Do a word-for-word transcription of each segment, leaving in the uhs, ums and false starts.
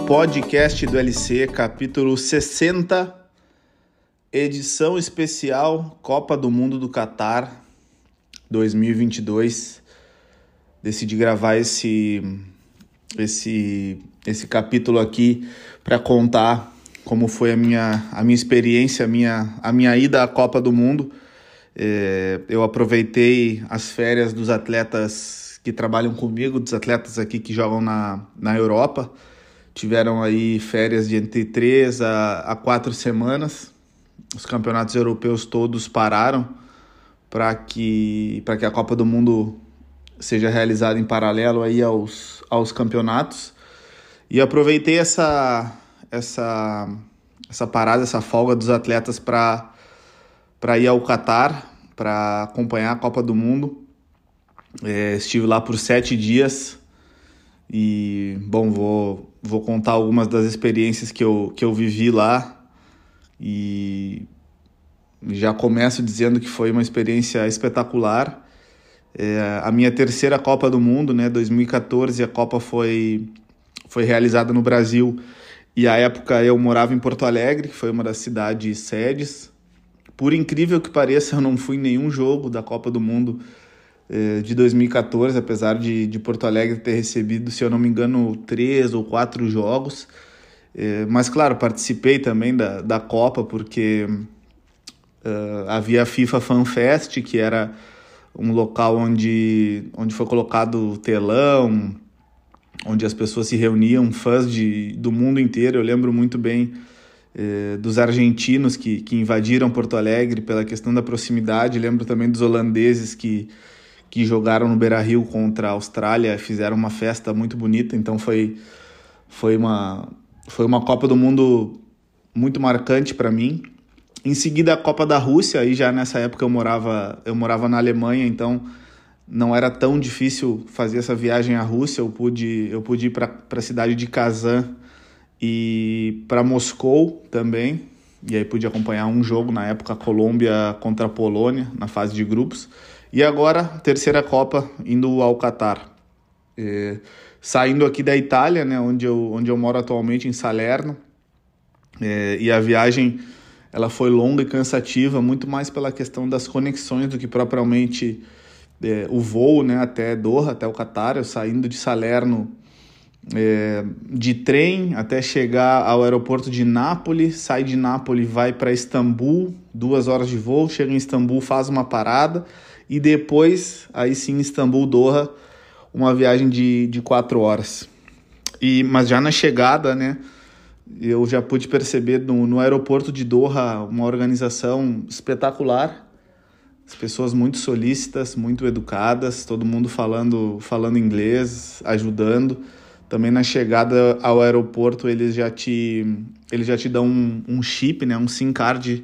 Podcast do L C, capítulo sessenta, edição especial Copa do Mundo do Catar dois mil e vinte e dois. Decidi gravar esse, esse, esse capítulo aqui para contar como foi a minha, a minha experiência, a minha, a minha ida à Copa do Mundo. É, eu aproveitei as férias dos atletas que trabalham comigo, dos atletas aqui que jogam na, na Europa. Tiveram aí férias de entre três a, a quatro semanas. Os campeonatos europeus todos pararam para que, para que a Copa do Mundo seja realizada em paralelo aí aos, aos campeonatos. E aproveitei essa, essa, essa parada, essa folga dos atletas para para ir ao Catar, para acompanhar a Copa do Mundo. É, estive lá por sete dias e, bom, vou, vou contar algumas das experiências que eu, que eu vivi lá e já começo dizendo que foi uma experiência espetacular. É, a minha terceira Copa do Mundo, né, dois mil e catorze, a Copa foi, foi realizada no Brasil e à época eu morava em Porto Alegre, que foi uma das cidades sedes. Por incrível que pareça, eu não fui em nenhum jogo da Copa do Mundo eh, de dois mil e catorze, apesar de, de Porto Alegre ter recebido, se eu não me engano, três ou quatro jogos. Eh, mas, claro, participei também da, da Copa, porque uh, havia a FIFA Fan Fest, que era um local onde, onde foi colocado telão, onde as pessoas se reuniam, fãs de, do mundo inteiro. Eu lembro muito bem Eh, dos argentinos que, que invadiram Porto Alegre pela questão da proximidade. Lembro também dos holandeses que, que jogaram no Beira-Rio contra a Austrália, fizeram uma festa muito bonita. Então foi, foi, uma, foi uma Copa do Mundo muito marcante para mim. Em seguida a Copa da Rússia, aí já nessa época eu morava, eu morava na Alemanha, então não era tão difícil fazer essa viagem à Rússia. Eu pude, eu pude ir para a cidade de Kazan e para Moscou também, e aí pude acompanhar um jogo na época, Colômbia contra a Polônia, na fase de grupos, e agora, terceira Copa, indo ao Catar. É, saindo aqui da Itália, né, onde, eu, onde eu moro atualmente, em Salerno, é, e a viagem ela foi longa e cansativa, muito mais pela questão das conexões do que propriamente é, o voo, né, até Doha, até o Catar. Eu saindo de Salerno, É, de trem até chegar ao aeroporto de Nápoles, sai de Nápoles, vai para Istambul, duas horas de voo, chega em Istambul, faz uma parada e depois, aí sim, Istambul, Doha, uma viagem de, de quatro horas. E, mas já na chegada, né, eu já pude perceber no, no aeroporto de Doha uma organização espetacular, as pessoas muito solícitas, muito educadas, todo mundo falando, falando inglês, ajudando. Também na chegada ao aeroporto eles já te, eles já te dão um, um chip, né, um SIM card,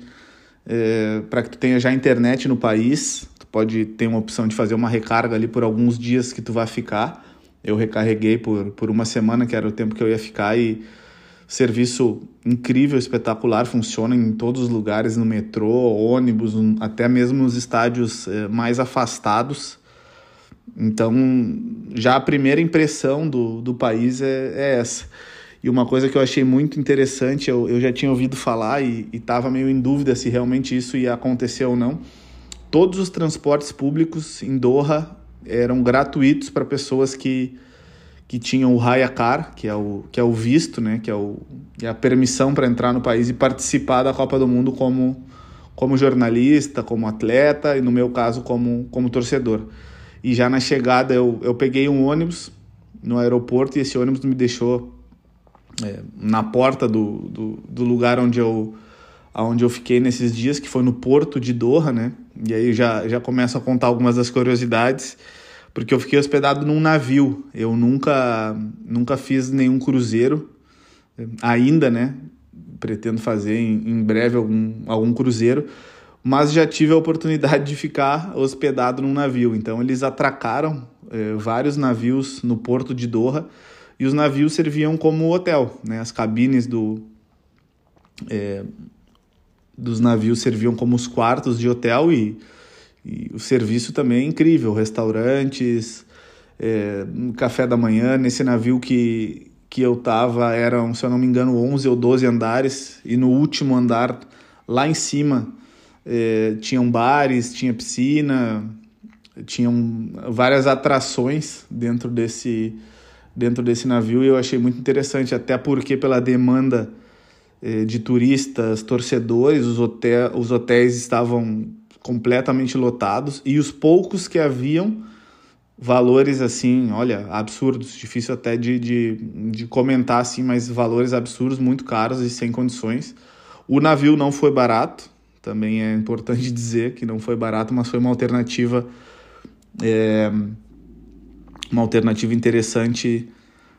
é, para que tu tenha já internet no país. Tu pode ter uma opção de fazer uma recarga ali por alguns dias que tu vai ficar. Eu recarreguei por, por uma semana, que era o tempo que eu ia ficar, e serviço incrível, espetacular, funciona em todos os lugares, no metrô, ônibus, até mesmo nos estádios é, mais afastados. Então, já a primeira impressão do, do país é, é essa. E uma coisa que eu achei muito interessante, eu, eu já tinha ouvido falar e estava meio em dúvida se realmente isso ia acontecer ou não. Todos os transportes públicos em Doha eram gratuitos para pessoas que, que tinham o Haya Car, que é o, que é o visto, né, que é, o, que é a permissão para entrar no país e participar da Copa do Mundo como, como jornalista, como atleta e, no meu caso, como, como torcedor. E já na chegada eu, eu peguei um ônibus no aeroporto e esse ônibus me deixou é, na porta do, do, do lugar onde eu, onde eu fiquei nesses dias, que foi no porto de Doha, né? E aí já, já começo a contar algumas das curiosidades, porque eu fiquei hospedado num navio. Eu nunca, nunca fiz nenhum cruzeiro ainda, né? Pretendo fazer em, em breve algum, algum cruzeiro, mas já tive a oportunidade de ficar hospedado num navio. Então eles atracaram eh, vários navios no porto de Doha e os navios serviam como hotel, né? As cabines do, eh, dos navios serviam como os quartos de hotel e, e o serviço também é incrível, restaurantes, eh, café da manhã. Nesse navio que, que eu tava eram, se eu não me engano, onze ou doze andares, e no último andar, lá em cima, eh, tinham bares, tinha piscina, tinham várias atrações dentro desse, dentro desse navio, e eu achei muito interessante, até porque pela demanda eh, de turistas, torcedores, os, hotel, os hotéis estavam completamente lotados, e os poucos que haviam, valores assim, olha, absurdos, difícil até de, de, de comentar assim, mas valores absurdos, muito caros e sem condições. O navio não foi barato, também é importante dizer que não foi barato, mas foi uma alternativa é, uma alternativa interessante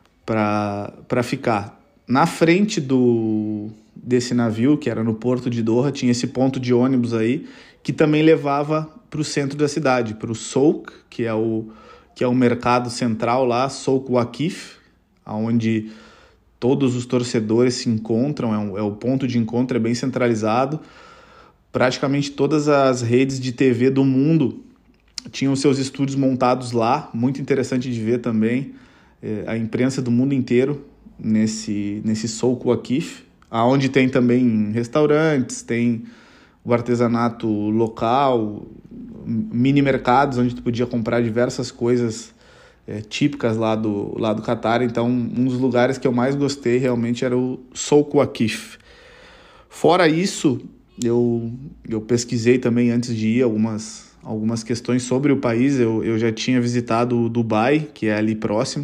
para ficar. Na frente do, desse navio, que era no porto de Doha, tinha esse ponto de ônibus aí, que também levava para o centro da cidade, para o Souk, que é o que é o mercado central lá, Souk Waqif, onde todos os torcedores se encontram, é, um, é o ponto de encontro, é bem centralizado. Praticamente todas as redes de T V do mundo tinham seus estúdios montados lá, muito interessante de ver também, é, a imprensa do mundo inteiro nesse, nesse Souk Waqif, onde tem também restaurantes, tem o artesanato local, mini mercados onde tu podia comprar diversas coisas é, típicas lá do, lá do Catar. Então, um dos lugares que eu mais gostei realmente era o Souk Waqif. Fora isso, eu, eu pesquisei também antes de ir algumas, algumas questões sobre o país. Eu, eu já tinha visitado o Dubai, que é ali próximo,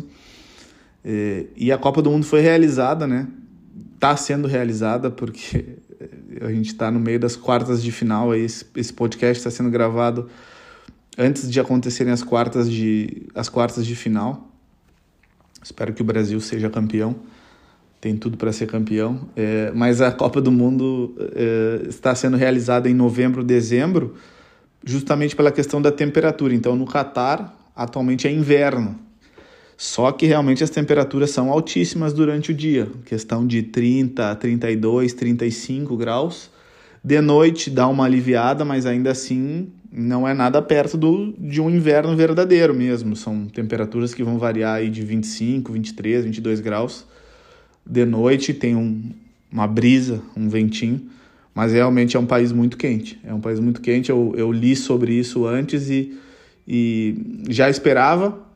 é, e a Copa do Mundo foi realizada, né? Está sendo realizada porque a gente está no meio das quartas de final, aí esse, esse podcast está sendo gravado antes de acontecerem as quartas de, as quartas de final. Espero que o Brasil seja campeão, tem tudo para ser campeão, é, mas a Copa do Mundo é, está sendo realizada em novembro, dezembro, justamente pela questão da temperatura. Então no Catar atualmente é inverno, só que realmente as temperaturas são altíssimas durante o dia, questão de trinta, trinta e dois, trinta e cinco graus. De noite dá uma aliviada, mas ainda assim não é nada perto do, de um inverno verdadeiro mesmo. São temperaturas que vão variar aí de vinte e cinco, vinte e três, vinte e dois graus. De noite tem um, uma brisa, um ventinho, mas realmente é um país muito quente. É um país muito quente, eu, eu li sobre isso antes e, e já esperava.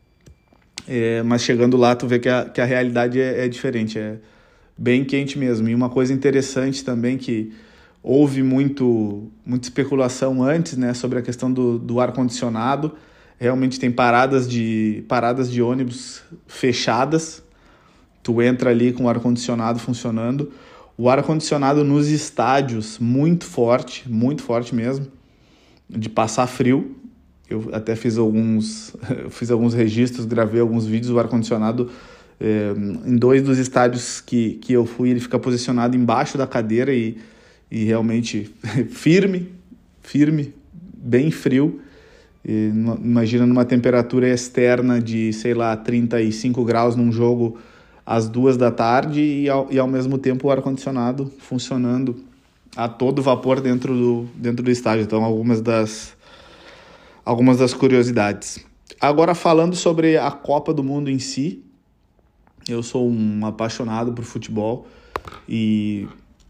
É, mas chegando lá tu vê que a, que a realidade é, é diferente, é bem quente mesmo. E uma coisa interessante também que houve muito, muita especulação antes, né, sobre a questão do, do ar-condicionado. Realmente tem paradas de, paradas de ônibus fechadas, tu entra ali com o ar-condicionado funcionando. O ar-condicionado nos estádios muito forte, muito forte mesmo, de passar frio. Eu até fiz alguns, fiz alguns registros, gravei alguns vídeos. O ar-condicionado, é, em dois dos estádios que, que eu fui, ele fica posicionado embaixo da cadeira e, e realmente firme, firme, bem frio. E, imagina numa temperatura externa de, sei lá, trinta e cinco graus num jogo às duas da tarde e ao, e ao mesmo tempo o ar-condicionado funcionando a todo vapor dentro do, dentro do estádio. Então, algumas das... algumas das curiosidades. Agora, falando sobre a Copa do Mundo em si, eu sou um apaixonado por futebol e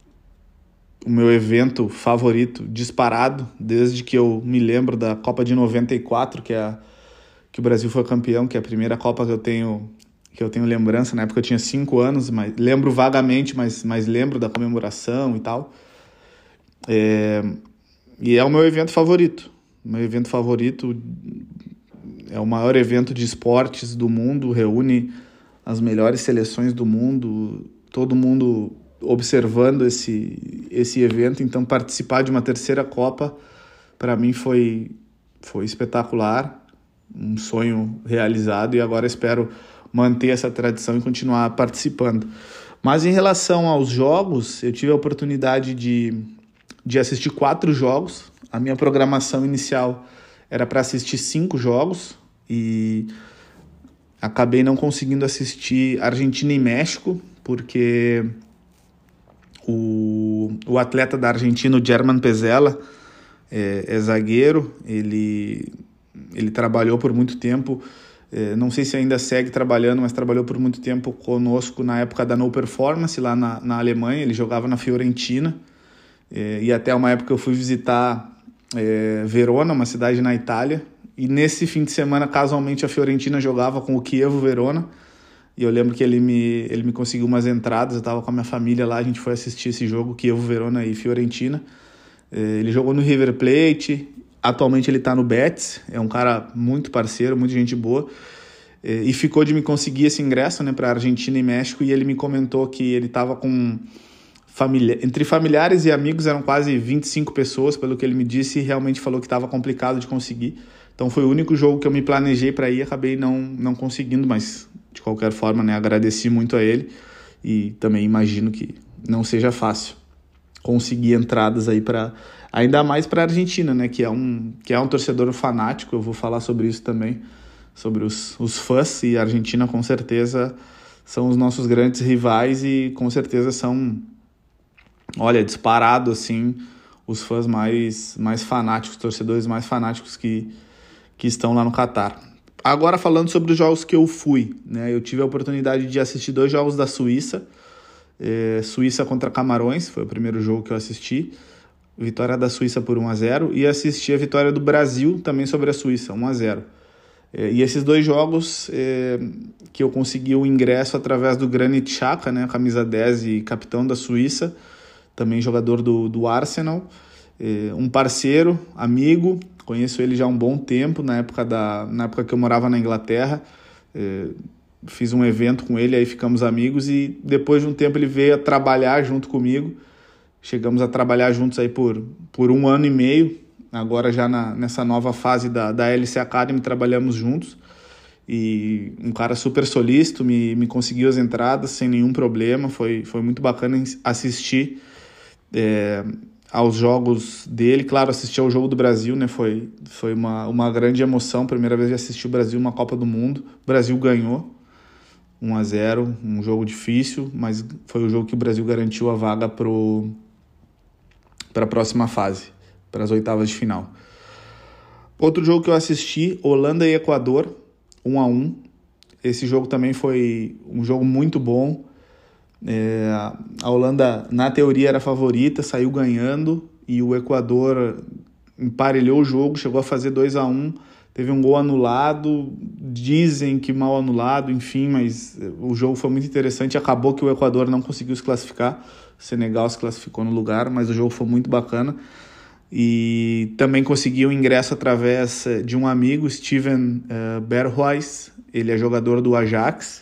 o meu evento favorito, disparado, desde que eu me lembro da Copa de noventa e quatro, que, é a, que o Brasil foi campeão, que é a primeira Copa que eu tenho, que eu tenho lembrança. Na época eu tinha cinco anos, mas lembro vagamente, mas, mas lembro da comemoração e tal. É, e é o meu evento favorito. Meu evento favorito é o maior evento de esportes do mundo, reúne as melhores seleções do mundo, todo mundo observando esse, esse evento. Então participar de uma terceira Copa para mim foi, foi espetacular, um sonho realizado, e agora espero manter essa tradição e continuar participando. Mas em relação aos jogos, eu tive a oportunidade de, de assistir quatro jogos. A minha programação inicial era para assistir cinco jogos e acabei não conseguindo assistir Argentina e México, porque o, o atleta da Argentina, o Germán Pesela, é, é zagueiro. Ele, ele trabalhou por muito tempo É, não sei se ainda segue trabalhando, mas trabalhou por muito tempo conosco na época da No Performance, lá na, na Alemanha. Ele jogava na Fiorentina. É, e até uma época eu fui visitar é, Verona, uma cidade na Itália. E nesse fim de semana, casualmente, a Fiorentina jogava com o Chievo Verona. E eu lembro que ele me, ele me conseguiu umas entradas, eu estava com a minha família lá, a gente foi assistir esse jogo, Chievo Verona e Fiorentina. É, ele jogou no River Plate, atualmente ele está no Betis, é um cara muito parceiro, muito gente boa. É, e ficou de me conseguir esse ingresso, né, para Argentina e México, e ele me comentou que ele estava com... Familia... Entre familiares e amigos eram quase vinte e cinco pessoas, pelo que ele me disse, e realmente falou que estava complicado de conseguir. Então foi o único jogo que eu me planejei para ir e acabei não, não conseguindo, mas de qualquer forma, né, agradeci muito a ele e também imagino que não seja fácil conseguir entradas aí para, ainda mais para a Argentina, né, que é um que é um torcedor fanático. Eu vou falar sobre isso também, sobre os, os fãs, e a Argentina com certeza são os nossos grandes rivais e com certeza são, olha, disparado assim, os fãs mais, mais fanáticos, torcedores mais fanáticos que, que estão lá no Catar. Agora falando sobre os jogos que eu fui, né? Eu tive a oportunidade de assistir dois jogos da Suíça, é, Suíça contra Camarões, foi o primeiro jogo que eu assisti, vitória da Suíça por um a zero, e assisti a vitória do Brasil também sobre a Suíça, um a zero. É, e esses dois jogos é, que eu consegui o ingresso através do Granit Xhaka, né? Camisa dez e capitão da Suíça, também jogador do, do Arsenal, é, um parceiro, amigo. Conheço ele já há um bom tempo, na época, da, na época que eu morava na Inglaterra. É, fiz um evento com ele, aí ficamos amigos, e depois de um tempo ele veio a trabalhar junto comigo. Chegamos a trabalhar juntos aí por, por um ano e meio. Agora já na, nessa nova fase da, da L C Academy trabalhamos juntos. E um cara super solícito, me, me conseguiu as entradas sem nenhum problema. Foi, foi muito bacana assistir É, aos jogos dele. Claro, assistir ao jogo do Brasil, né? Foi, foi uma, uma grande emoção. Primeira vez que assisti o Brasil uma Copa do Mundo. O Brasil ganhou um a zero, um jogo difícil, mas foi o jogo que o Brasil garantiu a vaga para a próxima fase, para as oitavas de final. Outro jogo que eu assisti, Holanda e Equador, um a um. Esse jogo também foi um jogo muito bom. É, a Holanda, na teoria, era favorita, saiu ganhando, e o Equador emparelhou o jogo, chegou a fazer dois a um, teve um gol anulado, dizem que mal anulado, enfim, mas o jogo foi muito interessante. Acabou que o Equador não conseguiu se classificar, o Senegal se classificou no lugar, mas o jogo foi muito bacana. E também consegui o ingresso através de um amigo, Steven uh, Berghuis. Ele é jogador do Ajax,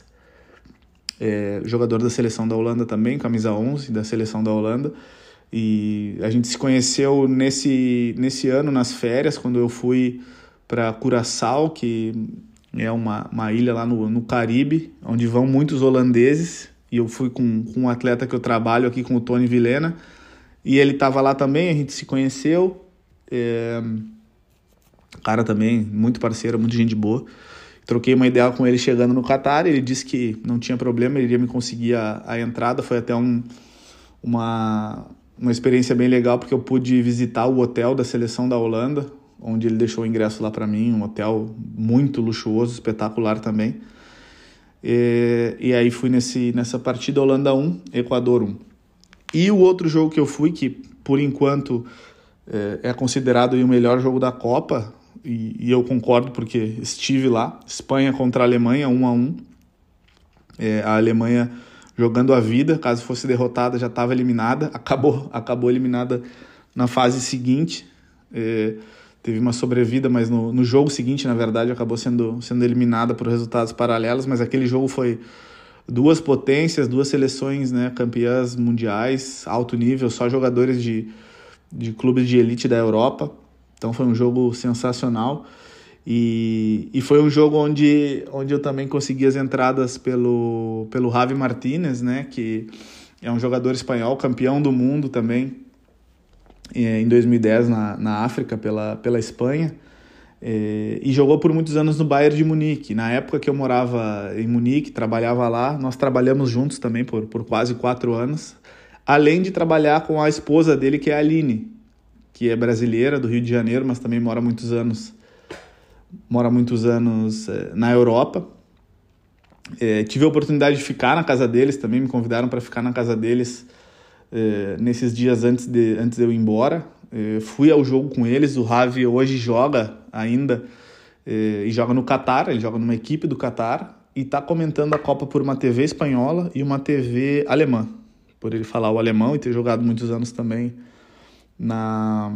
É, jogador da seleção da Holanda também, camisa onze da seleção da Holanda, e a gente se conheceu nesse, nesse ano, nas férias, quando eu fui para Curaçao, que é uma, uma ilha lá no, no Caribe, onde vão muitos holandeses, e eu fui com, com um atleta que eu trabalho aqui, com o Tony Vilhena, e ele estava lá também, a gente se conheceu, é, cara também, muito parceiro, muito gente boa. Troquei uma ideia com ele chegando no Catar, ele disse que não tinha problema, ele iria me conseguir a, a entrada. Foi até um, uma, uma experiência bem legal, porque eu pude visitar o hotel da seleção da Holanda, onde ele deixou o ingresso lá para mim, um hotel muito luxuoso, espetacular também. E, e aí fui nesse, nessa partida, Holanda um, Equador um. E o outro jogo que eu fui, que por enquanto é, é considerado o melhor jogo da Copa, E, e eu concordo porque estive lá, Espanha contra a Alemanha, um a um. É, a Alemanha jogando a vida, caso fosse derrotada já estava eliminada, acabou, acabou eliminada na fase seguinte, é, teve uma sobrevida, mas no, no jogo seguinte, na verdade, acabou sendo, sendo eliminada por resultados paralelos, mas aquele jogo foi duas potências, duas seleções, né, campeãs mundiais, alto nível, só jogadores de, de clubes de elite da Europa. Então foi um jogo sensacional, e, e foi um jogo onde, onde eu também consegui as entradas pelo, pelo Javi Martínez, né, que é um jogador espanhol, campeão do mundo também, em dois mil e dez na, na África, pela, pela Espanha, e, e jogou por muitos anos no Bayern de Munique. Na época que eu morava em Munique, trabalhava lá, nós trabalhamos juntos também por, por quase quatro anos, além de trabalhar com a esposa dele, que é a Aline, que é brasileira, do Rio de Janeiro, mas também mora muitos anos, mora há muitos anos é, na Europa. É, tive a oportunidade de ficar na casa deles também, me convidaram para ficar na casa deles é, nesses dias antes de, antes de eu ir embora. É, fui ao jogo com eles. O Ravi hoje joga ainda é, e joga no Catar, ele joga numa equipe do Catar e está comentando a Copa por uma T V espanhola e uma T V alemã, por ele falar o alemão e ter jogado muitos anos também na,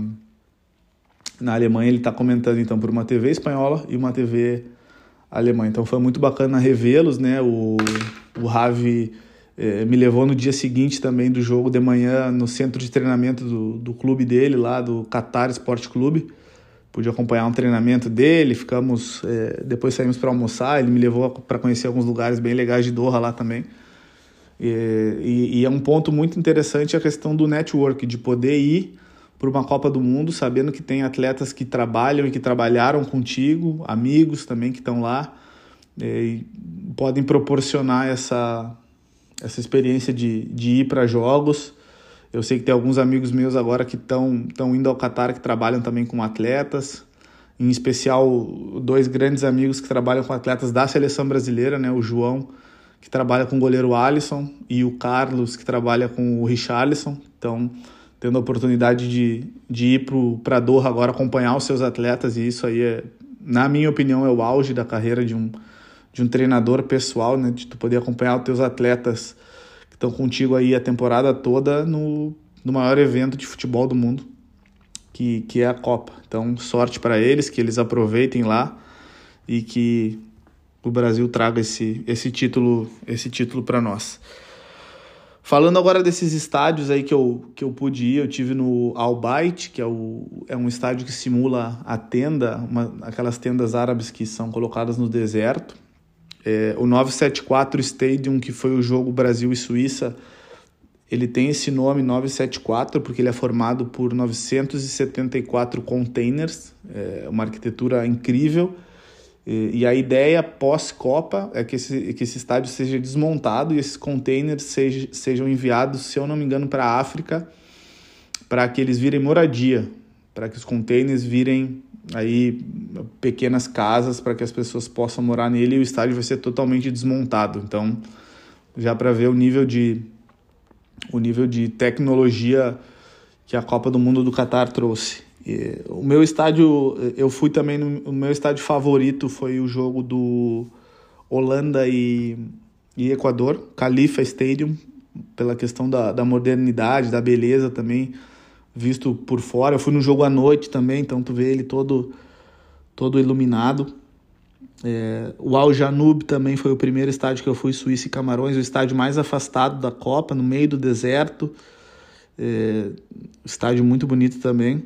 na Alemanha. Ele está comentando então por uma T V espanhola e uma T V alemã. Então foi muito bacana revê-los, né? O, o Ravi eh, me levou no dia seguinte também do jogo de manhã no centro de treinamento do, do clube dele, lá do Qatar Sport Clube. Pude acompanhar um treinamento dele, ficamos, eh, depois saímos para almoçar, ele me levou para conhecer alguns lugares bem legais de Doha lá também. E, e, e é um ponto muito interessante a questão do network, de poder ir para uma Copa do Mundo, sabendo que tem atletas que trabalham e que trabalharam contigo, amigos também que estão lá, e podem proporcionar essa, essa experiência de, de ir para jogos. Eu sei que tem alguns amigos meus agora que estão estão indo ao Qatar, que trabalham também com atletas, em especial dois grandes amigos que trabalham com atletas da seleção brasileira, né? O João, que trabalha com o goleiro Alisson, e o Carlos, que trabalha com o Richarlison. Então, tendo a oportunidade de, de ir para Doha agora acompanhar os seus atletas, e isso aí, é, na minha opinião, é o auge da carreira de um, de um treinador pessoal, né? De tu poder acompanhar os teus atletas que estão contigo aí a temporada toda no, no maior evento de futebol do mundo, que, que é a Copa. Então, sorte para eles, que eles aproveitem lá e que o Brasil traga esse, esse título, esse título para nós. Falando agora desses estádios aí que eu, que eu pude ir, eu tive no Al Bayt, que é, o, é um estádio que simula a tenda, uma, aquelas tendas árabes que são colocadas no deserto. É, o novecentos e setenta e quatro Stadium, que foi o jogo Brasil e Suíça, ele tem esse nome novecentos e setenta e quatro porque ele é formado por novecentos e setenta e quatro containers, é uma arquitetura incrível. E a ideia pós-Copa é que esse, que esse estádio seja desmontado e esses containers sejam, sejam enviados, se eu não me engano, para a África, para que eles virem moradia, para que os containers virem aí pequenas casas para que as pessoas possam morar nele, e o estádio vai ser totalmente desmontado. Então, já para ver o nível de, o nível de tecnologia que a Copa do Mundo do Qatar trouxe. E o meu estádio, eu fui também, no, o meu estádio favorito foi o jogo do Holanda e, e Equador, Khalifa Stadium, pela questão da, da modernidade, da beleza também, visto por fora. Eu fui no jogo à noite também, então tu vê ele todo, todo iluminado. É, o Al Janoub também foi o primeiro estádio que eu fui, Suíça e Camarões, o estádio mais afastado da Copa, no meio do deserto. É, estádio muito bonito também.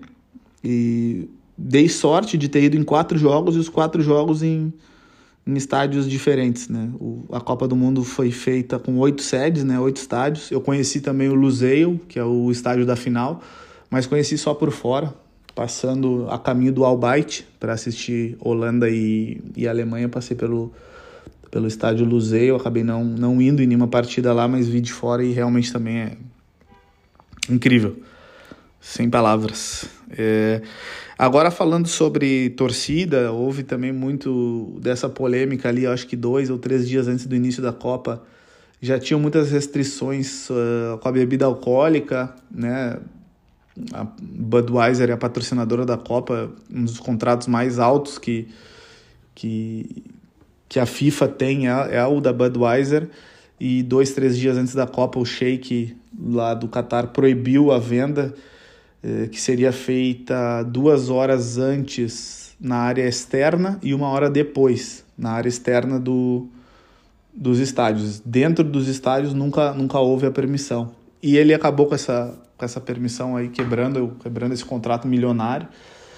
E dei sorte de ter ido em quatro jogos, e os quatro jogos em, em estádios diferentes, né? O, a Copa do Mundo foi feita com oito sedes, né? Oito estádios. Eu conheci também o Lusail, que é o estádio da final, mas conheci só por fora, passando a caminho do Al Bayt para assistir Holanda e, e Alemanha. Passei pelo, pelo estádio Lusail, acabei não, não indo em nenhuma partida lá, mas vi de fora e realmente também é incrível. Sem palavras. É... Agora, falando sobre torcida, houve também muito dessa polêmica ali, acho que dois ou três dias antes do início da Copa, já tinham muitas restrições uh, com a bebida alcoólica, né? A Budweiser é a patrocinadora da Copa, um dos contratos mais altos que, que, que a FIFA tem é, é o da Budweiser, e dois, três dias antes da Copa, o Sheik lá do Qatar proibiu a venda, que seria feita duas horas antes na área externa e uma hora depois na área externa do, dos estádios. Dentro dos estádios nunca, nunca houve a permissão. E ele acabou com essa, com essa permissão aí, quebrando, quebrando esse contrato milionário.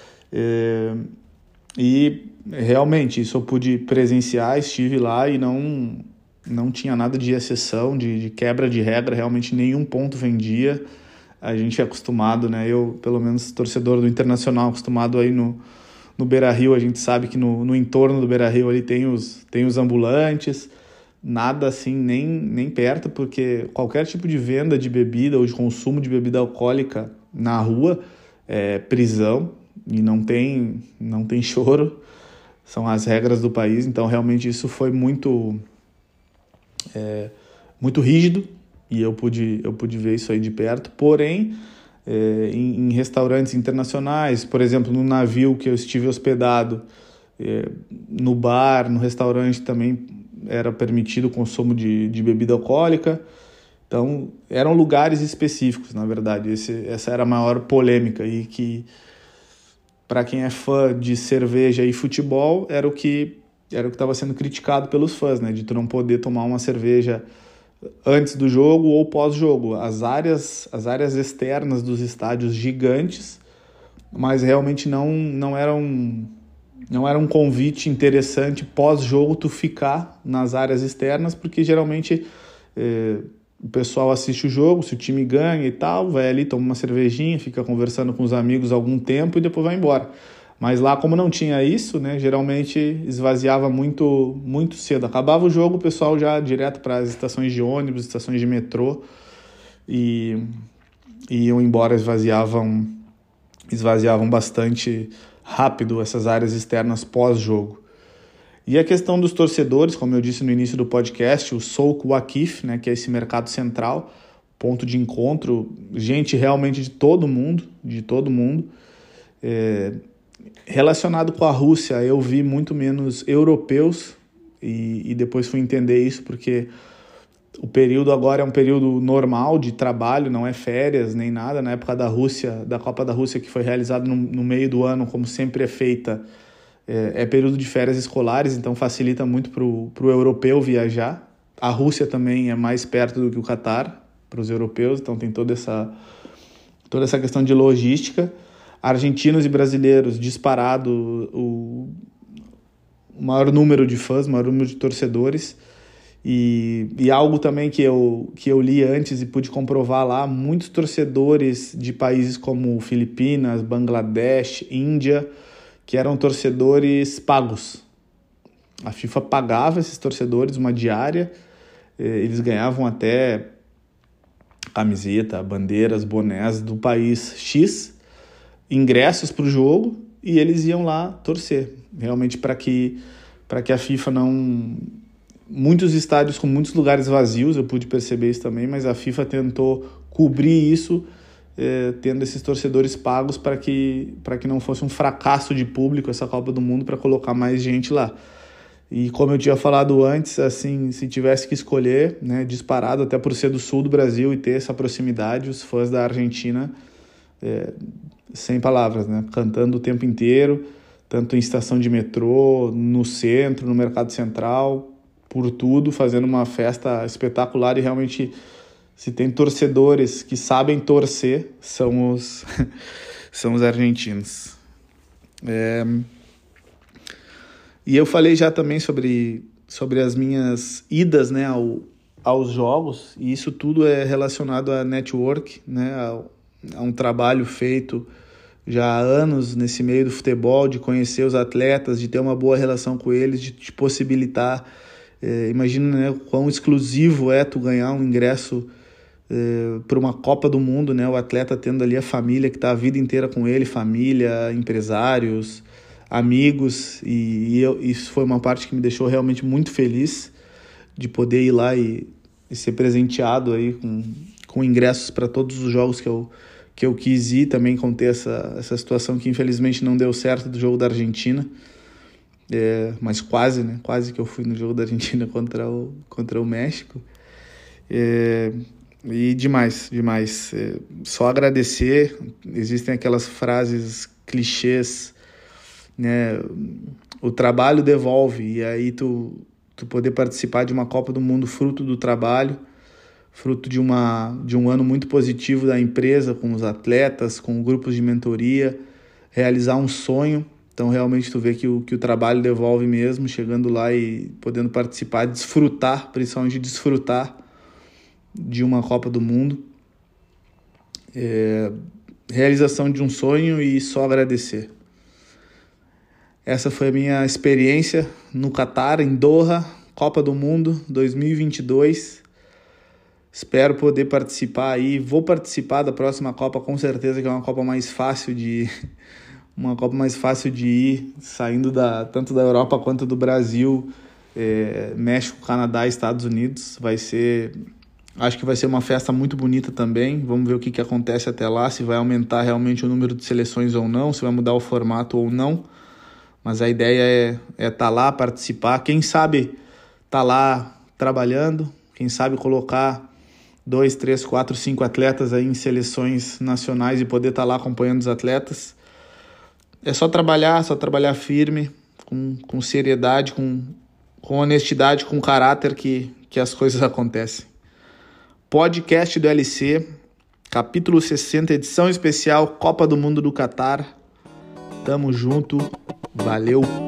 É, e realmente isso eu pude presenciar, estive lá e não, não tinha nada de exceção, de, de quebra de regra, realmente nenhum ponto vendia. A gente é acostumado, né? Eu, pelo menos, torcedor do Internacional, acostumado aí no, no Beira-Rio, a gente sabe que no, no entorno do Beira-Rio ali tem os, tem os ambulantes, nada assim, nem, nem perto, porque qualquer tipo de venda de bebida ou de consumo de bebida alcoólica na rua é prisão, e não tem, não tem choro. são as regras do país. Então, realmente, isso foi muito, é, muito rígido e eu pude, eu pude ver isso aí de perto. Porém, é, em, em restaurantes internacionais, por exemplo, no navio que eu estive hospedado, é, no bar, no restaurante também era permitido o consumo de, de bebida alcoólica. Então, eram lugares específicos, na verdade. Esse, essa era a maior polêmica e que, para quem é fã de cerveja e futebol, era o que era o que estava sendo criticado pelos fãs, né? De tu não poder tomar uma cerveja antes do jogo ou pós-jogo. As áreas, as áreas externas dos estádios gigantes, mas realmente não, não era um, não era um convite interessante pós-jogo tu ficar nas áreas externas, porque geralmente... Eh, o pessoal assiste o jogo, se o time ganha e tal, vai ali, toma uma cervejinha, fica conversando com os amigos algum tempo e depois vai embora. Mas lá, como não tinha isso, né, geralmente esvaziava muito, muito cedo. Acabava o jogo, o pessoal já direto para as estações de ônibus, estações de metrô e, e iam embora, esvaziavam, esvaziavam bastante rápido essas áreas externas pós-jogo. E a questão dos torcedores, como eu disse no início do podcast, o Souk Waqif, né, que é esse mercado central, ponto de encontro, gente realmente de todo mundo, de todo mundo. É, relacionado com a Rússia, eu vi muito menos europeus e, e depois fui entender isso porque o período agora é um período normal de trabalho, não é férias nem nada. Na época da Rússia, da Copa da Rússia, que foi realizada no, no meio do ano, como sempre é feita, É, é período de férias escolares, então facilita muito para o europeu viajar. A Rússia também é mais perto do que o Catar para os europeus, então tem toda essa, toda essa questão de logística. Argentinos e brasileiros, disparado o, o maior número de fãs, o maior número de torcedores. E, e algo também que eu, que eu li antes e pude comprovar lá, muitos torcedores de países como Filipinas, Bangladesh, Índia, que eram torcedores pagos. A FIFA pagava esses torcedores uma diária, eles ganhavam até camiseta, bandeiras, bonés do país X, ingressos para o jogo, e eles iam lá torcer, realmente para que, para que a FIFA não... Muitos estádios com muitos lugares vazios, eu pude perceber isso também, mas a FIFA tentou cobrir isso, É, tendo esses torcedores pagos para que, para que não fosse um fracasso de público essa Copa do Mundo, para colocar mais gente lá. E como eu tinha falado antes, assim, se tivesse que escolher, né, disparado, até por ser do sul do Brasil e ter essa proximidade, os fãs da Argentina, é, sem palavras, né, cantando o tempo inteiro, tanto em estação de metrô, no centro, no Mercado Central, por tudo, fazendo uma festa espetacular. E realmente, se tem torcedores que sabem torcer, são os, são os argentinos. É... E eu falei já também sobre, sobre as minhas idas, né, ao, aos jogos, e isso tudo é relacionado a network, né, a, a um trabalho feito já há anos nesse meio do futebol, de conhecer os atletas, de ter uma boa relação com eles, de te possibilitar... É, imagina, né, o quão exclusivo é tu ganhar um ingresso É, para uma Copa do Mundo, né? O atleta tendo ali a família que está a vida inteira com ele, família, empresários, amigos, e, e eu, isso foi uma parte que me deixou realmente muito feliz de poder ir lá e, e ser presenteado aí com, com ingressos para todos os jogos que eu, que eu quis ir, também conter essa, essa situação que infelizmente não deu certo do jogo da Argentina, é, mas quase, né? Quase que eu fui no jogo da Argentina contra o, contra o México. É, E demais, demais. É, só agradecer. Existem aquelas frases clichês, né? O trabalho devolve, e aí tu, tu poder participar de uma Copa do Mundo fruto do trabalho, fruto de, uma, de um ano muito positivo da empresa, com os atletas, com grupos de mentoria, realizar um sonho. Então realmente tu vê que o, que o trabalho devolve mesmo, chegando lá e podendo participar, desfrutar, principalmente desfrutar de uma Copa do Mundo, é, realização de um sonho e só agradecer. Essa foi a minha experiência no Catar, em Doha, Copa do Mundo dois mil e vinte e dois. Espero poder participar aí, vou participar da próxima Copa, com certeza que é uma Copa mais fácil de, uma Copa mais fácil de ir, saindo da, tanto da Europa quanto do Brasil, é, México, Canadá e Estados Unidos. Vai ser, acho que vai ser uma festa muito bonita também. Vamos ver o que, que acontece até lá, se vai aumentar realmente o número de seleções ou não, se vai mudar o formato ou não. Mas a ideia é estar é tá lá, participar. Quem sabe tá lá trabalhando, quem sabe colocar dois, três, quatro, cinco atletas aí em seleções nacionais e poder estar tá lá acompanhando os atletas. É só trabalhar, só trabalhar firme, com, com seriedade, com, com honestidade, com caráter que, que as coisas acontecem. Podcast do L C, capítulo sessenta, edição especial Copa do Mundo do Catar. Tamo junto, valeu!